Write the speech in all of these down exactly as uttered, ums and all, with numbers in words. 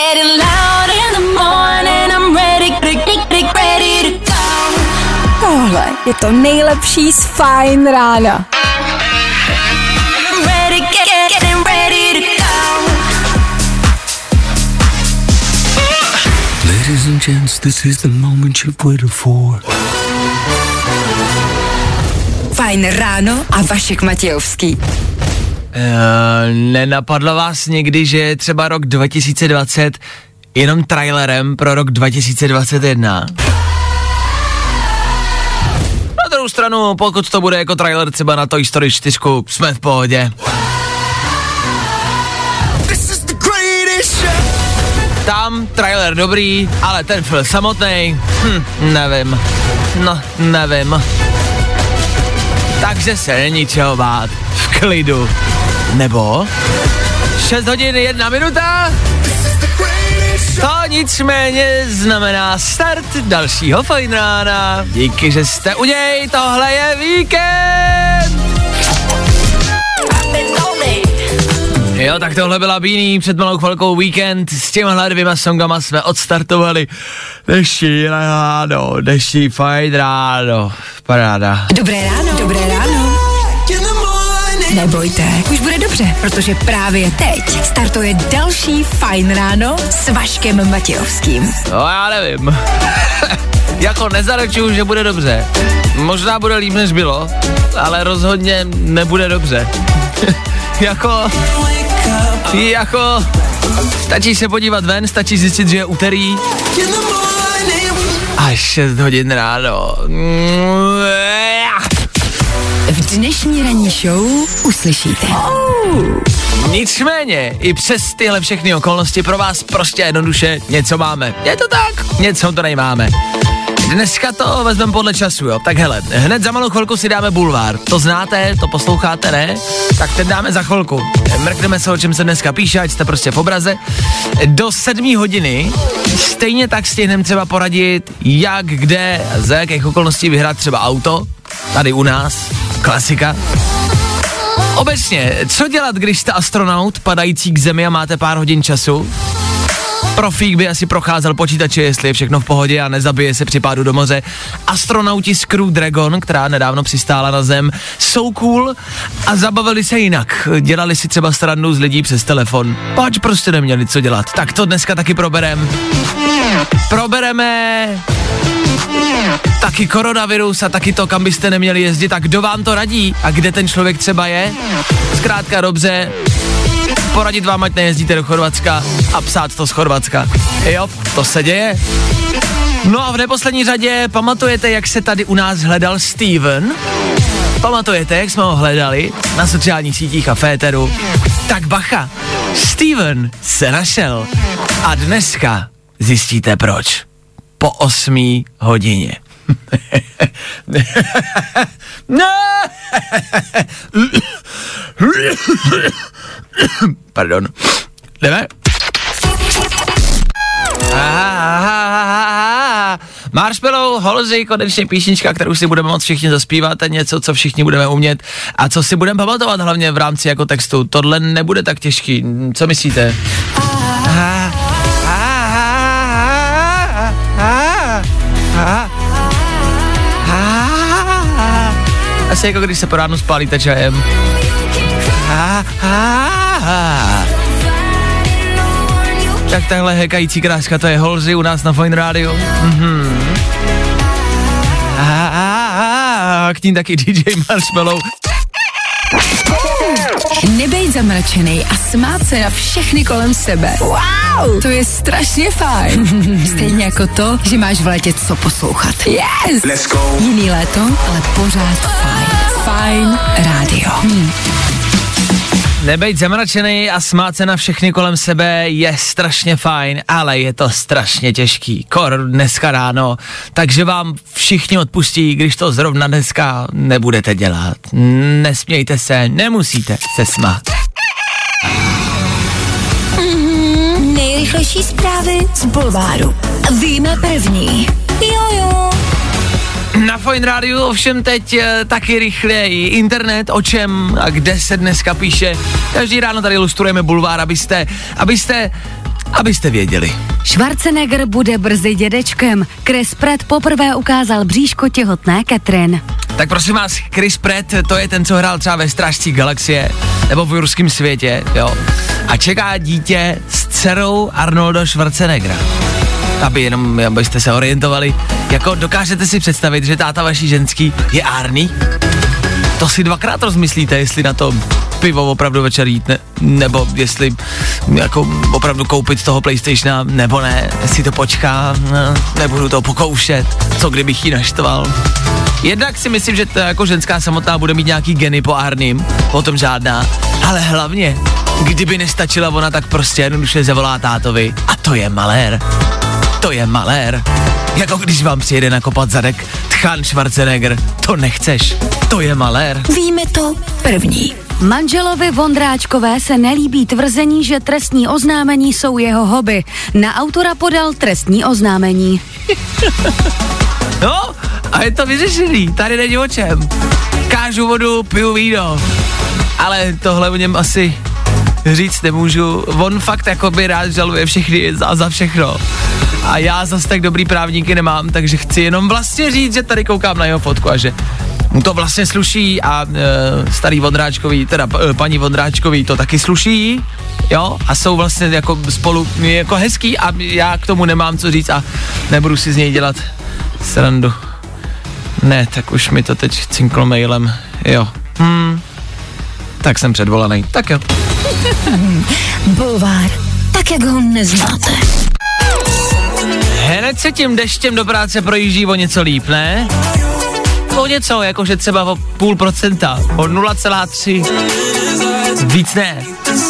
Tohle je to nejlepší z Fajn rána. Ladies and gents, this is the moment you've waited for. Fajn ráno a Vašek Matějovský. Uh, nenapadlo vás někdy, že je třeba rok dva tisíce dvacet jenom trailerem pro rok dva tisíce dvacet jedna? Na druhou stranu, pokud to bude jako trailer třeba na Toy Story čtyři, jsme v pohodě. Tam trailer dobrý, ale ten film samotný, hm, nevím, no, nevím. Takže se není čeho bát, v klidu. Nebo šest hodin jedna minuta, to nicméně znamená start dalšího Fajn rána. Díky, že jste u něj, tohle je víkend. Jo, tak tohle byla Beanie, před malou chvilkou víkend, s těmhle dvěma songama jsme odstartovali dnešní ráno, dnešní Fajn ráno, paráda. Dobré ráno, dobré ráno. Nebojte, už bude dobře, protože právě teď startuje další Fajn ráno s Vaškem Matějovským. No já nevím, jako nezaručuju, že bude dobře, možná bude líp než bylo, ale rozhodně nebude dobře. jako... Jako, stačí se podívat ven, stačí zjistit, že je úterý a šest hodin ráno. V dnešní ranní show uslyšíte. Nicméně, i přes tyhle všechny okolnosti pro vás prostě jednoduše něco máme. Je to tak? Něco to nemáme. Dneska to vezmeme podle času, jo. Tak hele, hned za malou chvilku si dáme bulvár. To znáte, to posloucháte, ne? Tak ten dáme za chvilku. Mrkneme se, o čem se dneska píše, ať jste prostě v obraze. Do sedmé hodiny stejně tak stihneme třeba poradit, jak, kde, za jakých okolností vyhrát třeba auto. Tady u nás, klasika. Obecně, co dělat, když jste astronaut padající k zemi a máte pár hodin času? Profík by asi procházel počítače, jestli je všechno v pohodě a nezabije se při pádu do moře. Astronauti z Crew Dragon, která nedávno přistála na zem, jsou cool a zabavili se jinak. Dělali si třeba srandu z lidí přes telefon. Pač prostě neměli co dělat. Tak to dneska taky proberem. Probereme taky koronavirus a taky to, kam byste neměli jezdit a kdo vám to radí a kde ten člověk třeba je. Zkrátka dobře, poradit vám, ať nejezdíte do Chorvatska a psát to z Chorvatska. Jo, to se děje. No a v neposlední řadě pamatujete, jak se tady u nás hledal Steven? Pamatujete, jak jsme ho hledali na sociálních sítích a féteru? Tak bacha, Steven se našel a dneska zjistíte proč. Po osmé hodině. Pardon. Jdeme? Marshmallow, Halsey, konečně písnička, kterou si budeme moct všichni zaspívat, něco, co všichni budeme umět a co si budeme pamatovat hlavně v rámci jako textu. Tohle nebude tak těžký. Co myslíte? Asi jako když se po ránu spálíte čajem. Tak tahle hekající kráska, to je Halsey u nás na Fajn rádiu. Mm-hmm. A k ní taky D J Marshmallow. Nebejt zamračenej a smát se na všechny kolem sebe. Wow, to je strašně fajn. Stejně jako to, že máš v létě co poslouchat. Yes! Let's go. Jiný léto, ale pořád fajn. Fajn rádio. Hmm. Nebejt zamračený a smát se na všechny kolem sebe je strašně fajn, ale je to strašně těžký. Kor dneska ráno, takže vám všichni odpustí, když to zrovna dneska nebudete dělat. Nesmějte se, nemusíte se smát. Mm-hmm, nejrychlejší zprávy z bulváru. Víme první. Jojo. Na Fajn rádiu ovšem teď e, taky rychleji internet, o čem a kde se dneska píše. Každý ráno tady ilustrujeme bulvár, abyste, abyste abyste věděli. Schwarzenegger bude brzy dědečkem. Chris Pratt poprvé ukázal bříško těhotné Catherine. Tak prosím vás, Chris Pratt, to je ten, co hrál třeba ve Strážcích galaxie, nebo v Jurském světě, jo. A čeká dítě s dcerou Arnolda Schwarzeneggera. Aby jenom, abyste se orientovali, jako dokážete si představit, že táta vaší ženský je Arnie? To si dvakrát rozmyslíte, jestli na to pivo opravdu večer jít, ne, nebo jestli jako opravdu koupit toho PlayStationa, nebo ne, jestli to počká, ne, nebudu to pokoušet, co kdybych jí naštval. Jednak si myslím, že to jako ženská samotná bude mít nějaký geny po Arnim, potom žádná, ale hlavně, kdyby nestačila ona, tak prostě jednoduše zavolá tátovi a to je malér. To je malér. Jako když vám přijede nakopat zadek tchan Schwarzenegger, to nechceš. To je malér. Víme to první. Manželovi Vondráčkové se nelíbí tvrzení, že trestní oznámení jsou jeho hobby. Na autora podal trestní oznámení. No, a je to vyřešený, tady není o čem. Kážu vodu, piju víno. Ale tohle o něm asi říct nemůžu. On fakt jakoby rád žaluje všechny a za všechno. A já zase tak dobrý právníky nemám, takže chci jenom vlastně říct, že tady koukám na jeho fotku a že mu to vlastně sluší a e, starý Vondráčkový, teda e, paní Vondráčkový to taky sluší, jo, a jsou vlastně jako spolu jako hezký a já k tomu nemám co říct a nebudu si z něj dělat srandu. Ne, tak už mi to teď cinklo mailem, jo, hm, tak jsem předvolaný, tak jo. Bulvár, tak jak ho neznáte. Hned se tím deštěm do práce projíždí o něco líp, ne? O něco, jakože třeba o půl procenta, o nula celá tři, víc ne.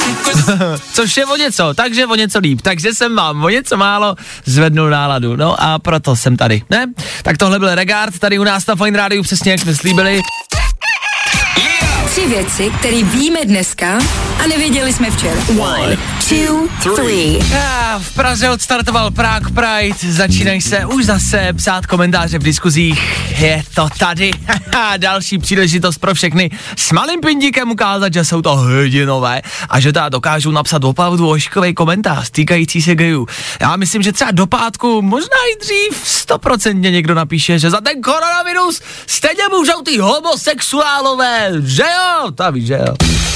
Což je o něco, takže o něco líp, takže jsem vám o něco málo zvednul náladu, no a proto jsem tady, ne? Tak tohle byl Regard, tady u nás na Fajn rádiu, přesně jak jsme slíbili. Tři věci, které víme dneska a nevěděli jsme včera. One, two, three. Já, v Praze odstartoval Prague Pride, začínají se už zase psát komentáře v diskuzích. Je to tady, další příležitost pro všechny s malým pindíkem ukázat, že jsou to hrdinové a že teda dokážou napsat opravdu ošklivý komentář týkající se gayů. Já myslím, že třeba do pátku, možná i dřív, stoprocentně někdo napíše, že za ten koronavirus stejně můžou ty homosexuálové, že jo? Ta víš, že jo.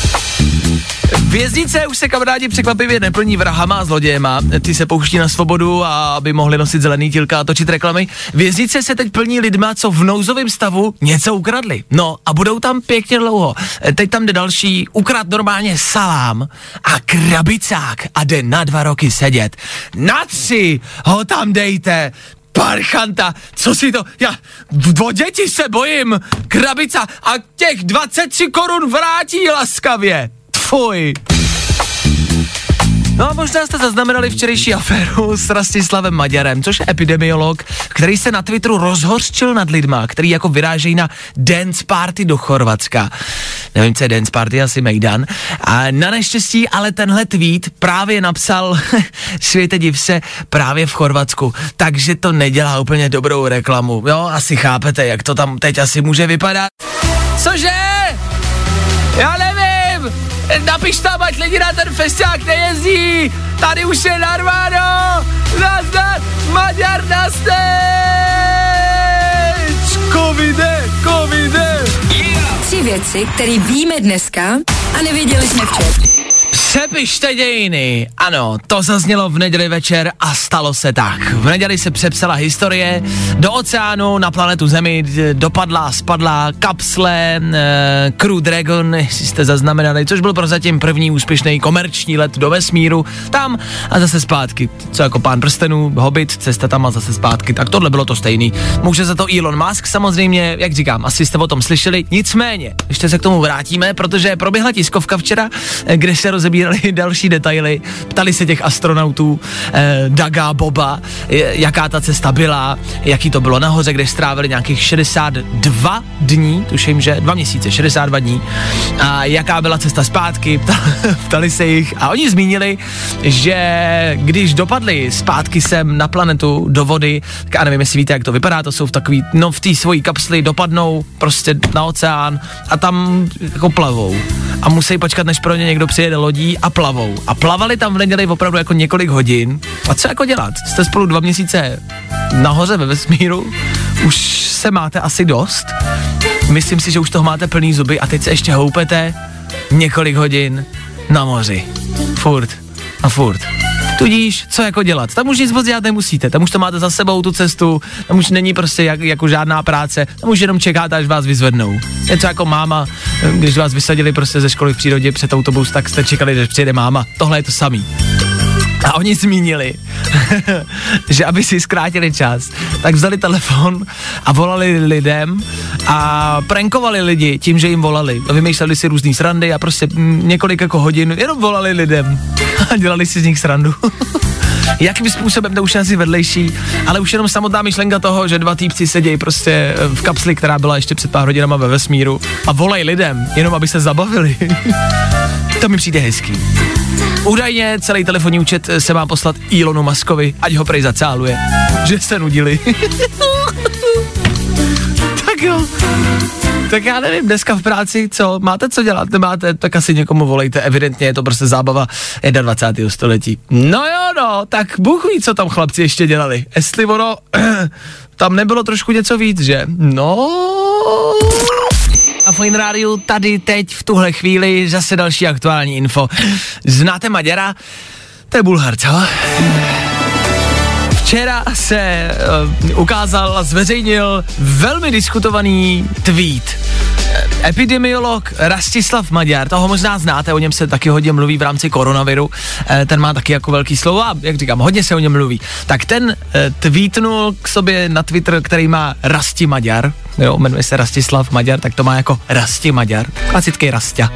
Věznice už se kamarádi překvapivě neplní vrahama a zlodějema, ty se pouští na svobodu, a aby mohli nosit zelený tílka a točit reklamy. Věznice se teď plní lidma, co v nouzovém stavu něco ukradli. No a budou tam pěkně dlouho. Teď tam jde další, ukrad normálně salám a krabicák a jde na dva roky sedět. Na tři ho tam dejte. Parchanta, co si to, já o děti se bojím, krabica a těch dvacet tři korun vrátí laskavě. Fuj. No a možná jste zaznamenali včerejší aféru s Rastislavem Maďarem, což je epidemiolog, který se na Twitteru rozhořčil nad lidma, který jako vyrážejí na dance party do Chorvatska. Nevím, co je dance party, asi Mejdan. A na neštěstí ale tenhle tweet právě napsal světe div se právě v Chorvatsku, takže to nedělá úplně dobrou reklamu. Jo, asi chápete, jak to tam teď asi může vypadat. Cože? Já nevím. Napiš tam, ať lidi na ten festiák nejezdí. Tady už je narváno. Nazdar, Maďar na stage. Covide, covide. Yeah. Tři věci, které víme dneska a nevěděli jsme včera. Přepište dějiny. Ano, to zaznělo v neděli večer a stalo se tak. V neděli se přepsala historie, do oceánu na planetu Zemi dopadla, spadla kapsle e, Crew Dragon, jestli jste zaznamenali, což byl prozatím první úspěšný komerční let do vesmíru, tam a zase zpátky. Co jako Pán prstenů, Hobbit, cesta tam a zase zpátky, tak tohle bylo to stejný. Může za to Elon Musk samozřejmě, jak říkám, asi jste o tom slyšeli, nicméně, ještě se k tomu vrátíme, protože proběhla tiskovka včera, kde se rozebírali další detaily, ptali se těch astronautů, eh, Daga, Boba, jaká ta cesta byla, jaký to bylo nahoře, kde strávili nějakých šedesát dva dní, tuším, že dva měsíce, šedesát dva dní, a jaká byla cesta zpátky, ptali se jich a oni zmínili, že když dopadli zpátky sem na planetu do vody, tak já nevím, jestli víte, jak to vypadá, to jsou v takový, no v té svojí kapsli dopadnou prostě na oceán a tam jako plavou a musí počkat, než pro ně někdo přijede lodí stojí a plavou. A plavali tam v neděli opravdu jako několik hodin. A co jako dělat? Jste spolu dva měsíce nahoře ve vesmíru, už se máte asi dost. Myslím si, že už toho máte plný zuby a teď se ještě houpete několik hodin na moři. Furt a furt. Tudíž, co jako dělat? Tam už nic moc dělat nemusíte, tam už to máte za sebou tu cestu, tam už není prostě jak, jako žádná práce, tam už jenom čekáte, až vás vyzvednou. Něco jako máma, když vás vysadili prostě ze školy v přírodě před autobus, tak jste čekali, že přijde máma. Tohle je to samý. A oni zmínili, že aby si zkrátili čas, tak vzali telefon a volali lidem a prankovali lidi tím, že jim volali. Vymýšleli si různý srandy a prostě několik jako hodin jenom volali lidem a dělali si z nich srandu. Jakým způsobem, to už je asi vedlejší, ale už jenom samotná myšlenka toho, že dva týpci sedějí prostě v kapsli, která byla ještě před pár hodinama ve vesmíru a volají lidem, jenom aby se zabavili. To mi přijde hezký. Údajně celý telefonní účet se má poslat Elonu Muskovi, ať ho prej zacáluje, že se nudili. Tak jo. Tak já nevím, dneska v práci, co? Máte co dělat? Nemáte? Tak asi někomu volejte, evidentně je to prostě zábava dvacátého prvního století. No jo, no, tak Bůh ví, co tam chlapci ještě dělali. Jestli ono, tam nebylo trošku něco víc, že? No... A Fajn rádiu tady teď v tuhle chvíli zase další aktuální info. Znáte Maďara? To je Bulhar, co? Včera se uh, ukázal a zveřejnil velmi diskutovaný tweet. Epidemiolog Rastislav Maďar, toho možná znáte, o něm se taky hodně mluví v rámci koronaviru, ten má taky jako velký slovo a jak říkám, hodně se o něm mluví. Tak ten tweetnul k sobě na Twitter, který má Rasti Maďar, jo, jmenuje se Rastislav Maďar, tak to má jako Rasti Maďar, klasický Rastia.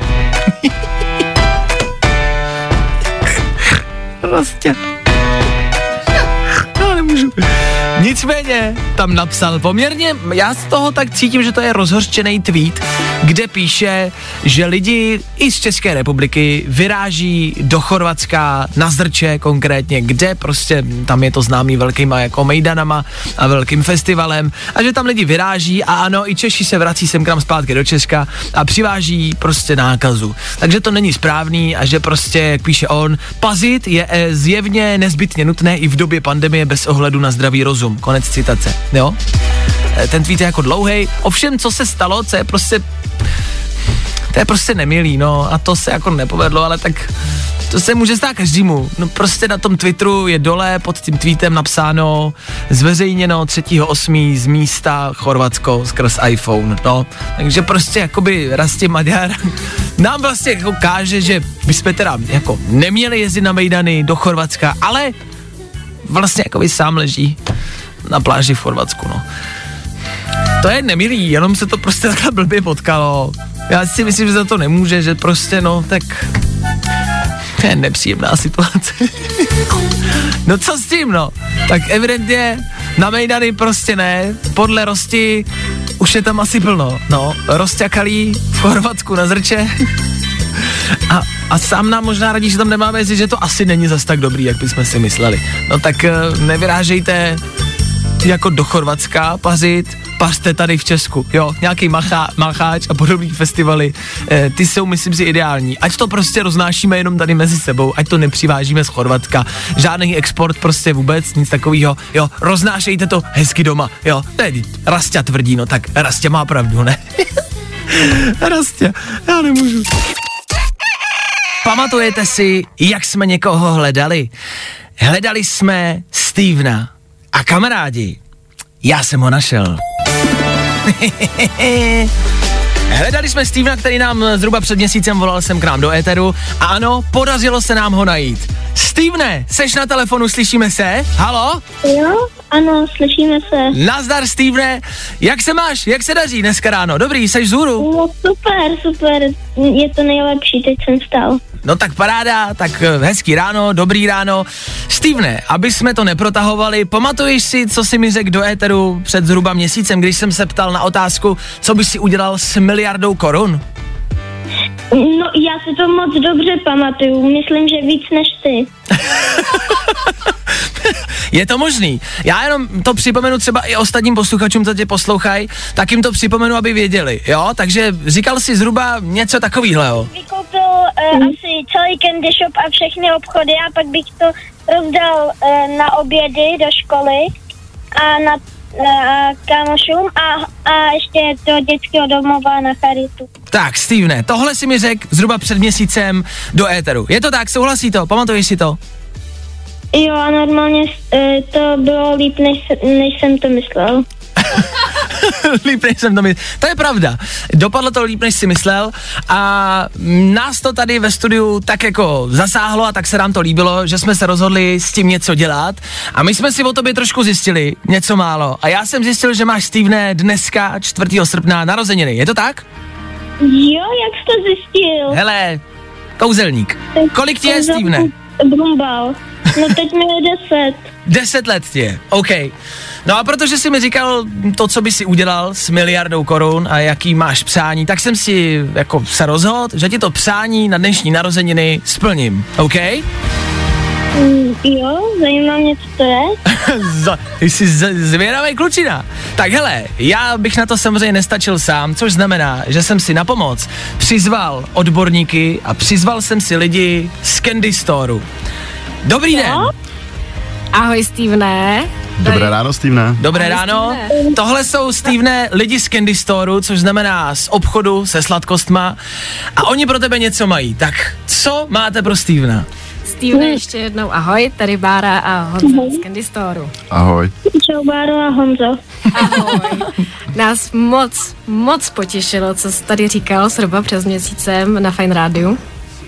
Rastia. No, nemůžu. Nicméně tam napsal poměrně, já z toho tak cítím, že to je rozhořčený tweet, kde píše, že lidi i z České republiky vyráží do Chorvatska, na Zrče konkrétně, kde prostě tam je to známý velkýma jako mejdanama a velkým festivalem a že tam lidi vyráží a ano, i Češi se vrací sem k nám zpátky do Česka a přiváží prostě nákazu. Takže to není správný a že prostě, jak píše on, pazit je zjevně nezbytně nutné i v době pandemie bez ohledu na zdravý rozum. Konec citace, jo? Ten tweet je jako dlouhej, ovšem co se stalo, co je prostě, to je prostě nemilý, no a to se jako nepovedlo, ale tak to se může stát každému. No prostě na tom Twitteru je dole pod tím tweetem napsáno zveřejněno třetího osmého z místa Chorvatsko skrz iPhone, no. Takže prostě jakoby Rasti Maďar nám vlastně jako káže, že bychom teda jako neměli jezdit na mejdany do Chorvatska, ale vlastně jakoby sám leží na pláži v Chorvatsku, no. To je nemilý, jenom se to prostě takhle blbě potkalo. Já si myslím, že za to nemůže, že prostě, no, tak to je nepříjemná situace. No co s tím, no? Tak evidentně na mejdany prostě ne, podle Rosti už je tam asi plno, no. Rozťakalí v Chorvatsku na Zrče. A, a sám nám možná radí, že tam nemáme jezdit, že to asi není zas tak dobrý, jak bychom si mysleli. No tak nevyrážejte jako do Chorvatska pařit, pařte tady v Česku, jo, nějaký macha, macháč a podobný festivaly, e, ty jsou, myslím si, ideální. Ať to prostě roznášíme jenom tady mezi sebou, ať to nepřivážíme z Chorvatska, žádný export prostě vůbec, nic takového, jo, roznášejte to hezky doma, jo, ne, Rastia tvrdí, no tak Rastia má pravdu, ne? Rastia, já nemůžu. Pamatujete si, jak jsme někoho hledali? Hledali jsme Stevena a kamarádi, já jsem ho našel. Hledali jsme Stevena, který nám zhruba před měsícem volal sem k nám do éteru a ano, podařilo se nám ho najít. Stevene, seš na telefonu, slyšíme se? Halo? Jo, ano, slyšíme se. Nazdar, Stevene, jak se máš, jak se daří dneska ráno? Dobrý, seš vzhůru? No super, super, je to nejlepší, teď jsem vstal. No tak paráda, tak hezký ráno, dobrý ráno. Stevene, aby jsme to neprotahovali, pamatuješ si, co jsi mi řekl do éteru před zhruba měsícem, když jsem se ptal na otázku, co bys si udělal s miliardou korun? No, já si to moc dobře pamatuju, myslím, že víc než ty. Je to možný. Já jenom to připomenu třeba i ostatním posluchačům, co tě poslouchají, tak jim to připomenu, aby věděli, jo? Takže říkal jsi zhruba něco takovýhleho. Vykoupil uh, asi celý candy shop a všechny obchody a pak bych to rozdal uh, na obědy do školy a na uh, kámošům a, a ještě do dětského domova na charitu. Tak, Stevene, tohle si mi řekl zhruba před měsícem do éteru. Je to tak, souhlasí to? Pamatuješ si to? Jo, a normálně uh, to bylo líp, než, než jsem to myslel. Líp, než jsem to myslel. To je pravda. Dopadlo to líp, než si myslel a nás to tady ve studiu tak jako zasáhlo a tak se nám to líbilo, že jsme se rozhodli s tím něco dělat a my jsme si o tobě trošku zjistili něco málo a já jsem zjistil, že máš, Stevene, dneska čtvrtého srpna narozeniny. Je to tak? Jo, jak jsi to zjistil? Hele, kouzelník. Kolik ti je, Stevene? Brumbal. No teď mi je deset. Deset let ti je, OK. No a protože jsi mi říkal to, co by si udělal s miliardou korun a jaký máš přání, tak jsem si jako se rozhodl, že ti to přání na dnešní narozeniny splním, OK? Mm, jo, zajímá mě, co to je. Ty jsi zvědavej klučina. Tak hele, já bych na to samozřejmě nestačil sám, což znamená, že jsem si na pomoc přizval odborníky a přizval jsem si lidi z Candy Storeu. Dobrý den. Ahoj, Stevene. Dobré ráno, Stevene. Dobré Ahoj, ráno. Stevene. Tohle jsou, Stevene, lidi z Candy Storeu, což znamená z obchodu se sladkostma a oni pro tebe něco mají. Tak co máte pro Stevena? Stevene, ještě jednou ahoj, tady Bára a Honza z Candy Storeu. Ahoj. Čau, Báro a Honzo. Ahoj. Nás moc, moc potěšilo, co jsi tady říkal zhruba přes měsícem na Fajn rádiu.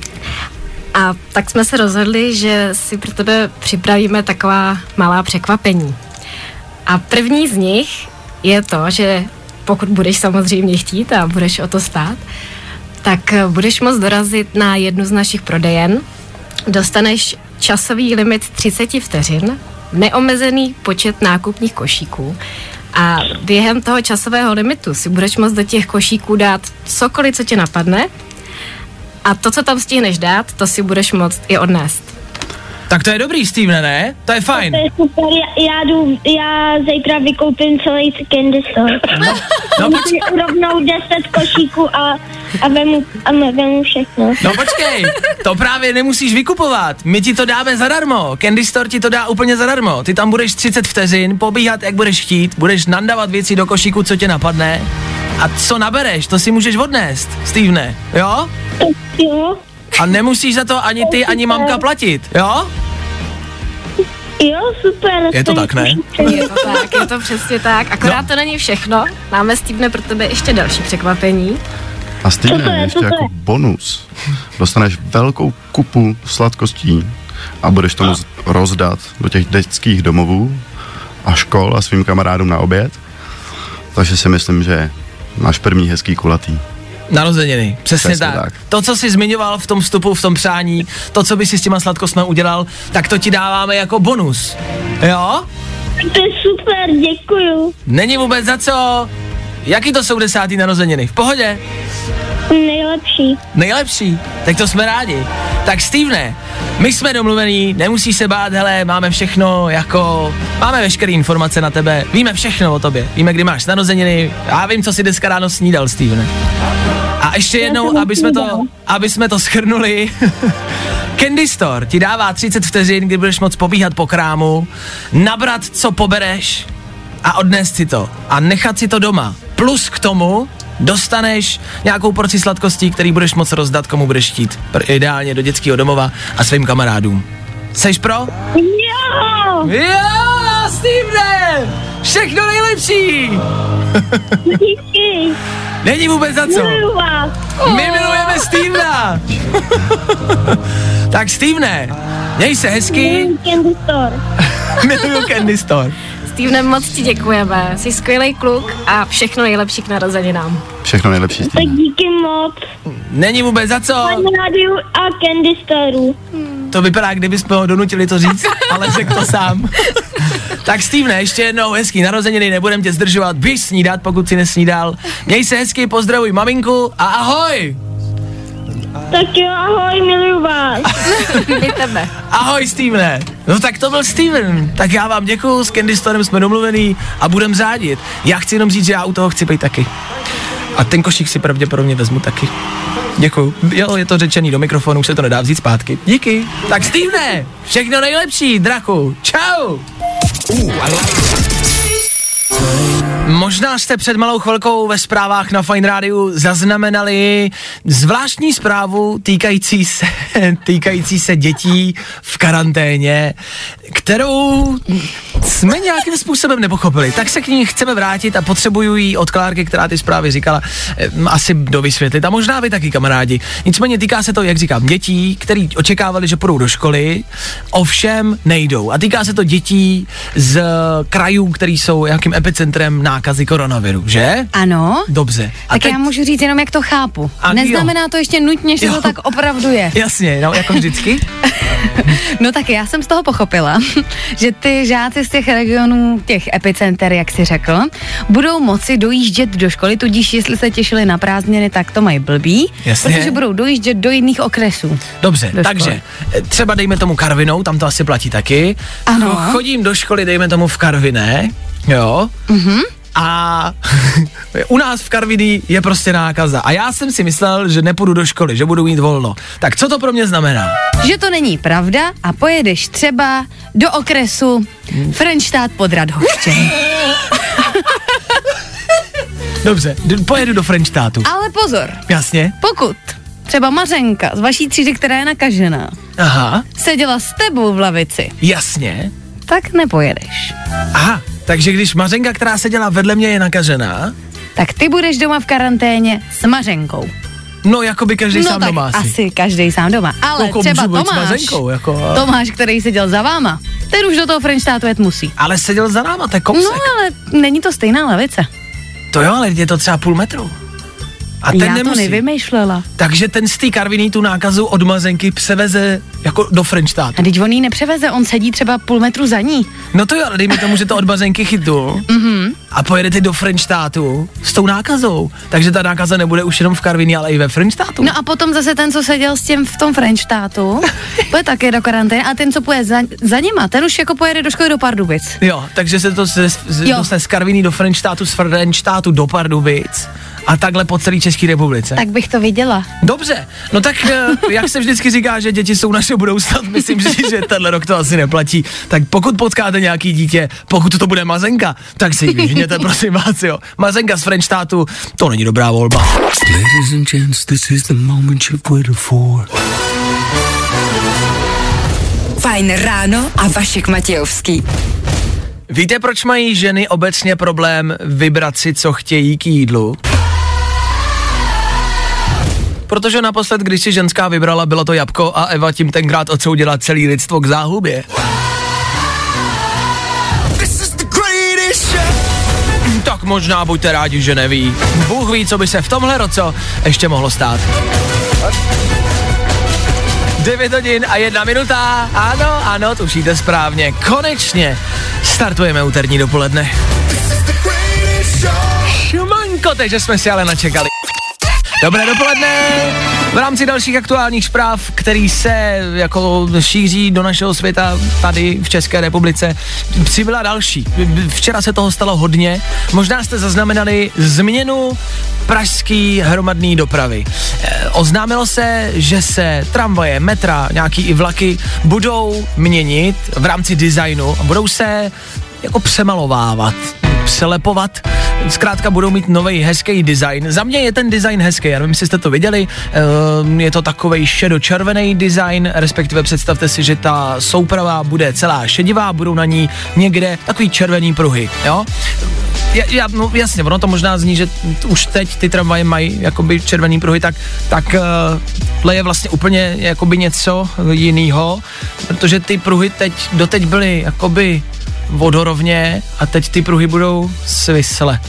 A tak jsme se rozhodli, že si pro tebe připravíme taková malá překvapení. A první z nich je to, že pokud budeš samozřejmě chtít a budeš o to stát, tak budeš moct dorazit na jednu z našich prodejen. Dostaneš časový limit třicet vteřin, neomezený počet nákupních košíků a během toho časového limitu si budeš moct do těch košíků dát cokoliv, co tě napadne. A to, co tam stihneš dát, to si budeš moct i odnést. Tak to je dobrý, Stevene, ne? To je fajn. To je super, já, já jdu, já zítra vykoupím celý Candy Store. No, no, počkej, Rovnou deset košíků a, a, vemu, a vemu všechno. no počkej, to právě nemusíš vykupovat. My ti to dáme zadarmo. Candy Store ti to dá úplně zadarmo. Ty tam budeš třicet vteřin, pobíhat, jak budeš chtít, budeš nandávat věci do košíku, co tě napadne. A co nabereš, to si můžeš odnést, Stevene, jo? Jo, A nemusíš za to ani ty, ani mamka platit, jo? jo, super. Je to tak, ne? Je to tak, je to přesně tak. Akorát No. to není všechno. Máme, Stevene, pro tebe ještě další překvapení. A Co to Stevene, je, ještě co to jako je? bonus dostaneš velkou kupu sladkostí a budeš tomu z- rozdat do těch dětských domovů a škol a svým kamarádům na oběd. Takže si myslím, že máš první hezký kulatý. Narozeniny, přesně, Přesně tak. tak. To, co jsi zmiňoval v tom vstupu, v tom přání, to, co by si s těma sladkostmi udělal, tak to ti dáváme jako bonus. Jo? To je super, děkuju. Není vůbec za co. Jaký to jsou desátý narozeniny? V pohodě? Nejlepší. Nejlepší. Tak to jsme rádi. Tak Stevene, my jsme domluvení, nemusíš se bát, hele, máme všechno jako, máme veškeré informace na tebe, víme všechno o tobě, víme, kdy máš narozeniny, já vím, co si dneska ráno snídal, Stevene. A ještě jednou, aby jsme to, aby jsme to shrnuli, Candy Store ti dává třicet vteřin, kdy budeš moct pobíhat po krámu, nabrat, co pobereš a odnést si to a nechat si to doma. Plus k tomu dostaneš nějakou porci sladkostí, který budeš moct rozdat, komu budeš chtít. Pr- ideálně do dětského domova a svým kamarádům. Seš pro? Jo, Jo, Stevene! Všechno nejlepší! díky. Není vůbec za co. Miluju vás. My milujeme Stevena! Tak Stevene, měj se hezky, Miluju Candy Store. miluju Candy Store. Stevene, moc ti děkujeme. Jsi skvělý kluk a všechno nejlepší k narozeninám. Všechno nejlepší, Tak Stevene. díky moc. Není vůbec za co. Fajn rádiu a Candy Storeu. To vypadá, kdybychom ho donutili to říct, ale řekl to sám. Tak Stevene, ještě jednou hezký narozeniny, nebudem tě zdržovat, běž snídat, pokud si nesnídal. Měj se hezky, pozdravuj maminku a ahoj! Tak jo, ahoj, miluju vás. I tebe. Ahoj Stevene! No tak to byl Steven, tak já vám děkuju, s Candy Storem jsme domluvený a budem řádit. Já chci jenom říct, že já u toho chci být taky. A ten košík si pravděpodobně vezmu taky. Děkuju. Jo, je to řečený do mikrofonu, už se to nedá vzít zpátky. Díky. Tak Stevene, všechno nejlepší, draku. Čau. Uh, Možná jste před malou chvilkou ve zprávách na Fajn Rádiu zaznamenali zvláštní zprávu týkající se, týkající se dětí v karanténě, kterou jsme nějakým způsobem nepochopili. Tak se k ní chceme vrátit a potřebuju jí od Klárky, která ty zprávy říkala, asi dovysvětlit. A možná vy taky, kamarádi. Nicméně týká se to, jak říkám, dětí, který očekávali, že půjdou do školy, ovšem nejdou. A týká se to dětí z krajů, který jsou jakým epicentrem nákazy koronaviru, že? Ano. Dobře. A tak teď... já můžu říct jenom, jak to chápu. A Neznamená jo. to ještě nutně, že jo. to tak opravdu je. Jasně, no, jako vždycky. No tak já jsem z toho pochopila, že ty žáci z těch regionů, těch epicenter, jak jsi řekl, budou moci dojíždět do školy, tudíž jestli se těšili na prázdniny, tak to mají blbý, Jasně. protože budou dojíždět do jiných okresů. Dobře, takže třeba dejme tomu Karvinou, tam to asi platí taky. Ano. Chodím do školy, dejme tomu v Karviné, jo. Mhm. A u nás v Karviní je prostě nákaza. A já jsem si myslel, že nepůjdu do školy, že budu mít volno. Tak co to pro mě znamená? Že to není pravda a pojedeš třeba do okresu Frenštát pod Radhoštěm. Dobře, d- pojedu do Frenštátu. Ale pozor, Jasně. pokud třeba Mařenka z vaší třídy, která je nakažená, Aha, seděla s tebou v lavici, jasně. tak nepojedeš. Aha, takže když Mařenka, která seděla vedle mě, je nakažená, Tak ty budeš doma v karanténě s Mařenkou. no jako by každý no sám tak doma asi. asi každý sám doma. Ale Jako třeba můžu být s Tomáš, Mařenkou, jako, a- Tomáš, který seděl za váma, ten už do toho Frenštátu jet musí. Ale seděl za náma, to je kousek. No ale není to stejná lavice. To jo, ale je to třeba půl metru. A ten Já nemusí. to nevymýšlela. Takže ten z té Karviní tu nákazu od Mazenky převeze jako do Frenštátu. A teď on ji nepřeveze, on sedí třeba půl metru za ní. No to jo, ale dejme tomu, že to od Mazenky chytnu Mhm. a pojedete do Frenštátu s tou nákazou. Takže ta nákaza nebude už jenom v Karviní, ale i ve Frenštátu. No a potom zase ten, co seděl s tím v tom Frenštátu, půjde také do karantény a ten, co půjde za, za nima, ten už jako pojede do školy do Pardubic. Jo, takže se to z, z, Jo. dostane z Karviní do Frenštátu, z Frenštátu do Pardubic a takhle po celé České republice. Tak bych to viděla. Dobře, no tak eh, jak se vždycky říká, že děti jsou naše budoucnost, myslím si, že tenhle rok to asi neplatí. Tak pokud potkáte nějaký dítě, pokud to bude Mazenka, tak si ji vyžněte, prosím vás, jo. Mazenka z Frenštátu, to není dobrá volba. Ladies and gents, this is the moment you've waited for. Fajn ráno a Vašek Matějovský. Víte, proč mají ženy obecně problém vybrat si, co chtějí k jídlu? Protože naposled, když si ženská vybrala, bylo to jabko a Eva tím tenkrát odsoudila celý lidstvo k záhubě. Tak možná buďte rádi, že neví. Bůh ví, co by se v tomhle roce ještě mohlo stát. devět hodin a jedna minuta. Ano, ano, tušíte správně. Konečně startujeme úterní dopoledne. Šumanko, takže jsme si ale načekali. Dobré dopoledne. V rámci dalších aktuálních zpráv, který se jako šíří do našeho světa tady v České republice, přibyla další. Včera se toho stalo hodně. Možná jste zaznamenali změnu pražské hromadné dopravy. E, oznámilo se, že se tramvaje, metra, nějaký i vlaky budou měnit v rámci designu a budou se jako přemalovávat, přelepovat. Zkrátka budou mít nový hezký design. Za mě je ten design hezký, já nevím, jestli jste to viděli, e, je to takovej šedočervený design, respektive představte si, že ta souprava bude celá šedivá, budou na ní někde takový červený pruhy, jo? Ja, ja, no jasně, ono to možná zní, že t- už teď ty tramvaje mají jakoby červený pruhy, tak, tak uh, je vlastně úplně jakoby něco jinýho, protože ty pruhy teď, doteď byly jakoby vodorovně a teď ty pruhy budou svisle.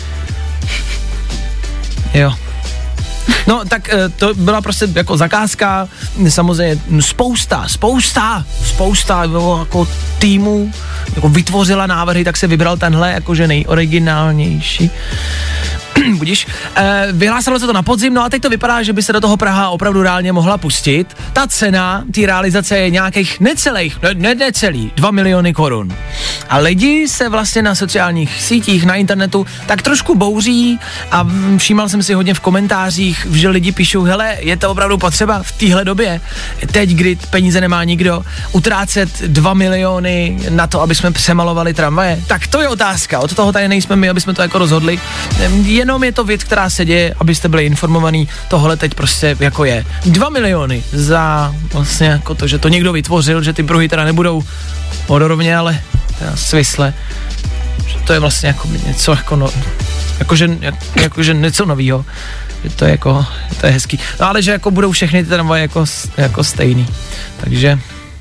Jo. No, tak to byla prostě jako zakázka, samozřejmě spousta, spousta, spousta jako týmů jako vytvořila návrhy, tak se vybral tenhle jakože nejoriginálnější. budíš, e, vyhlásilo se to na podzim, no a teď to vypadá, že by se do toho Praha opravdu reálně mohla pustit. Ta cena, té realizace je nějakých necelých, ne, ne necelý, dva miliony korun. A lidi se vlastně na sociálních sítích, na internetu tak trošku bouří a všímal jsem si hodně v komentářích, že lidi píšou, hele, je to opravdu potřeba v téhle době, teď, kdy peníze nemá nikdo, utrácet dva miliony na to, aby jsme přemalovali tramvaje. Tak to je otázka, od toho tady nejsme my, aby jsme to jako rozhodli. Jenom je to věc, která se děje, abyste byli informovaní, tohle teď prostě jako je. Dva miliony za vlastně jako to, že to někdo vytvořil, že ty pruhy teda nebudou vodorovně, ale teda svisle. Že to je vlastně jako něco jako no, jakože, jak, jakože něco novýho. Že to je jako, to je hezký. No ale že jako budou všechny ty tramvaje jako, jako stejný. Takže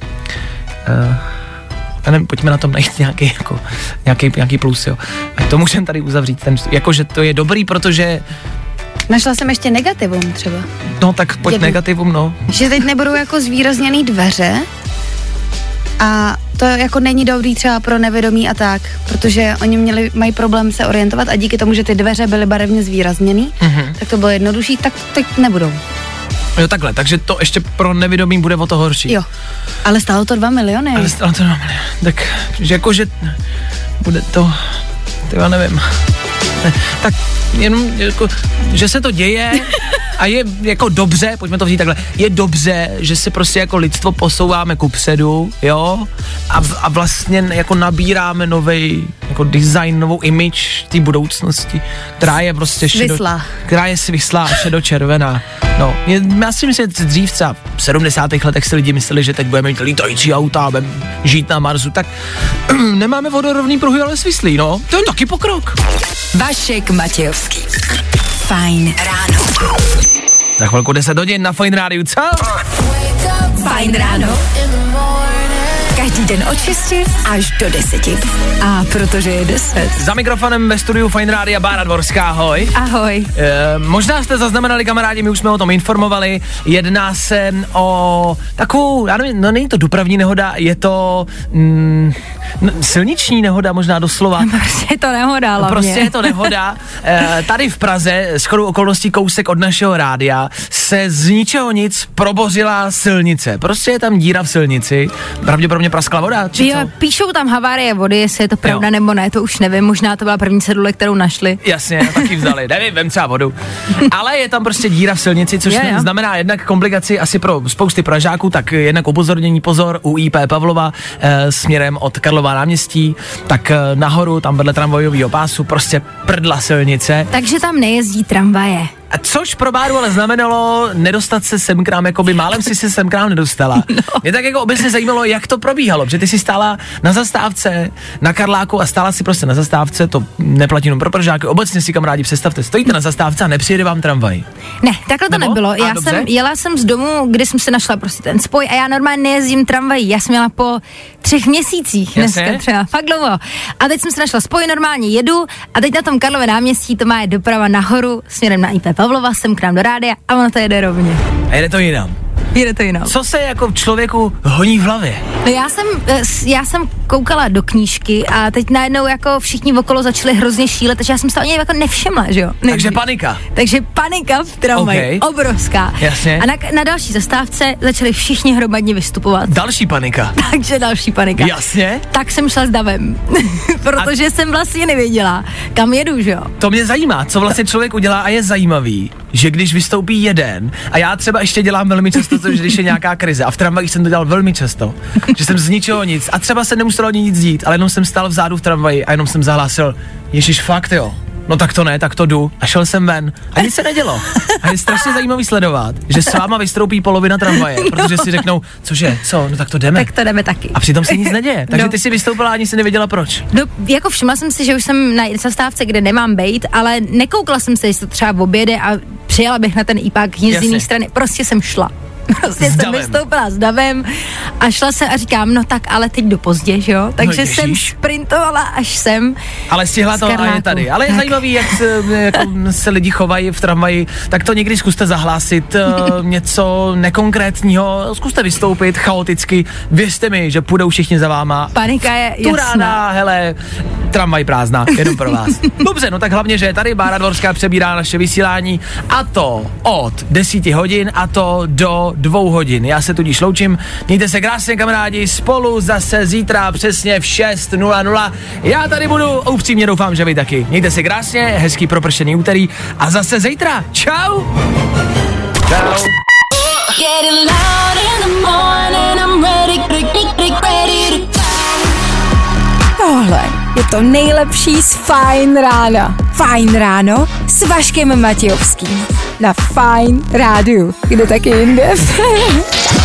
uh, já nevím, pojďme na tom najít nějaký, jako, nějaký, nějaký plus, jo. A to můžeme tady uzavřít, ten, jakože to je dobrý, protože... Našla jsem ještě negativum třeba. No tak pojď Jednu. negativum, no. Že teď nebudou jako zvýrazněný dveře a to jako není dobrý třeba pro nevědomí a tak, protože oni měli, mají problém se orientovat a díky tomu, že ty dveře byly barevně zvýrazněný, mm-hmm. tak to bylo jednodušší, tak teď nebudou. Jo, takhle, takže to ještě pro nevědomí bude o to horší. Jo, ale stálo to dva miliony. Ale stálo to dva miliony, tak že jako, že bude to, to já nevím, ne, tak jenom, jako, že se to děje a je jako dobře, pojďme to vzít takhle, je dobře, že se prostě jako lidstvo posouváme kupředu, jo, a, v, a vlastně jako nabíráme novej jako design, novou image té budoucnosti, která je prostě šedo, která je svislá a šedočervená. No, je, já si myslím, že dřív třeba v sedmdesátých letech si lidi mysleli, že teď budeme mít lítající auta a budeme žít na Marsu, tak nemáme vodorovný pruhy, ale svislý, no, to je taky pokrok. Vašek Matějovský. Fajn ráno. Za chvilku deset hodin na Fajn rádiu, co? Fajn ráno. Každý den od šesti až do deseti. A protože je deset. Za mikrofonem ve studiu Fajn rádia Bára Dvorská, ahoj. Ahoj. E, možná jste zaznamenali, kamarádi, my už jsme o tom informovali, jedná se o takovou, já nevím, no není to dopravní nehoda, je to mm, silniční nehoda možná doslova. Prostě je to nehoda, hlavně. Prostě je to nehoda. E, tady v Praze, shodou okolností kousek od našeho rádia, se z ničeho nic probořila silnice. Prostě je tam díra v silnici, pravděpodobně praskla voda, či jo, co? Píšou tam havárie vody, jestli je to pravda jo. nebo ne, to už nevím, možná to byla první cedule, kterou našli. Jasně, taky vzali, nevím, vem třeba vodu. Ale je tam prostě díra v silnici, což je, znamená jednak komplikaci asi pro spousty Pražáků, tak jednak upozornění, pozor, u í pé Pavlova e, směrem od Karlova náměstí, tak e, nahoru, tam vedle tramvajového pásu, prostě prdla silnice. Takže tam nejezdí tramvaje. A což pro Báru ale znamenalo nedostat se sem k nám, jakoby málem si se sem k nám nedostala. No. Mě tak jako obecně zajímalo, jak to probíhalo, že ty si stála na zastávce na Karláku a stála si prostě na zastávce, to neplatí jenom pro Pražáky, obecně si kamarádi představte, stojíte na zastávce a nepřijede vám tramvaj. Ne, takhle to Nebo? nebylo. Já dobře. jsem, jela jsem z domu, kde jsem si našla prostě ten spoj a já normálně nejezdím tramvají. Já jsem jela po třech měsících Jasně. dneska třeba, fakt dlouho. A teď jsem si našla spoj, normálně jedu a teď na tom Karlově náměstí to má je doprava nahoru směrem na í pé Pavlova, sem k nám do rádia a ono to jede rovně. A jede to jinam. Jede to jinam. Co se jako člověku honí v hlavě? No já jsem, já jsem koukala do knížky a teď najednou jako všichni okolo začali hrozně šílet, takže já jsem se to ani jako nevšimla, že jo? Nevždy. Takže panika. Takže panika v tramvaji, okay. Obrovská. Jasně. A na, na další zastávce začali všichni hromadně vystupovat. Další panika. Takže další panika. Jasně. Tak jsem šla s davem, protože a... jsem vlastně nevěděla, kam jedu, že jo? To mě zajímá, co vlastně člověk udělá a je zajímavý, že když vystoupí jeden, a já třeba ještě dělám velmi často to, že když je nějaká krize, a v tramvajích jsem to dělal velmi často, že jsem z ničeho nic, a třeba se nemuselo ani nic dít, ale jenom jsem stál vzadu v tramvaji a jenom jsem zahlásil, ježiš, fakt jo. No tak to ne, tak to jdu. A šel jsem ven. A nic se nedělo. A je strašně zajímavý sledovat, že s váma vystoupí polovina tramvaje, protože si řeknou, cože, co, no tak to jdeme. Tak to jdeme taky. A přitom se nic neděje. Takže no. ty si vystoupila a ani si nevěděla proč. No, jako všimla jsem si, že už jsem na zastávce, kde nemám bejt, ale nekoukla jsem se, jestli to třeba v oběde a přijela bych na ten ípák z jiné strany. Prostě jsem šla. Prostě jsem davem. vystoupila s davem a šla jsem a říkám, no tak ale teď do pozdě, že jo? Takže No, jsem sprintovala až sem. Ale stihla to a je tady. Ale je tak zajímavý, jak se, jako se lidi chovají v tramvaji, tak to někdy zkuste zahlásit uh, něco nekonkrétního, zkuste vystoupit chaoticky, věřte mi, že půjdou všichni za váma. Panika je Tu jasná. rána, hele, tramvaj prázdná, jenom pro vás. Dobře, no tak hlavně, že tady Bára Dvorská přebírá naše vysílání a to od deseti hodin a to do dvou hodin. Já se tudíž loučím, mějte se krásně kamarádi, spolu zase zítra přesně v šest nula nula. Já tady budu, upřímně doufám, že vy taky. Mějte se krásně, hezký propršený úterý a zase zítra. Čau! Čau! Tohle je to nejlepší z Fajn rána. Fajn ráno s Vaškem Matějovským. Na Fajn rádiu. Kde taky jinde?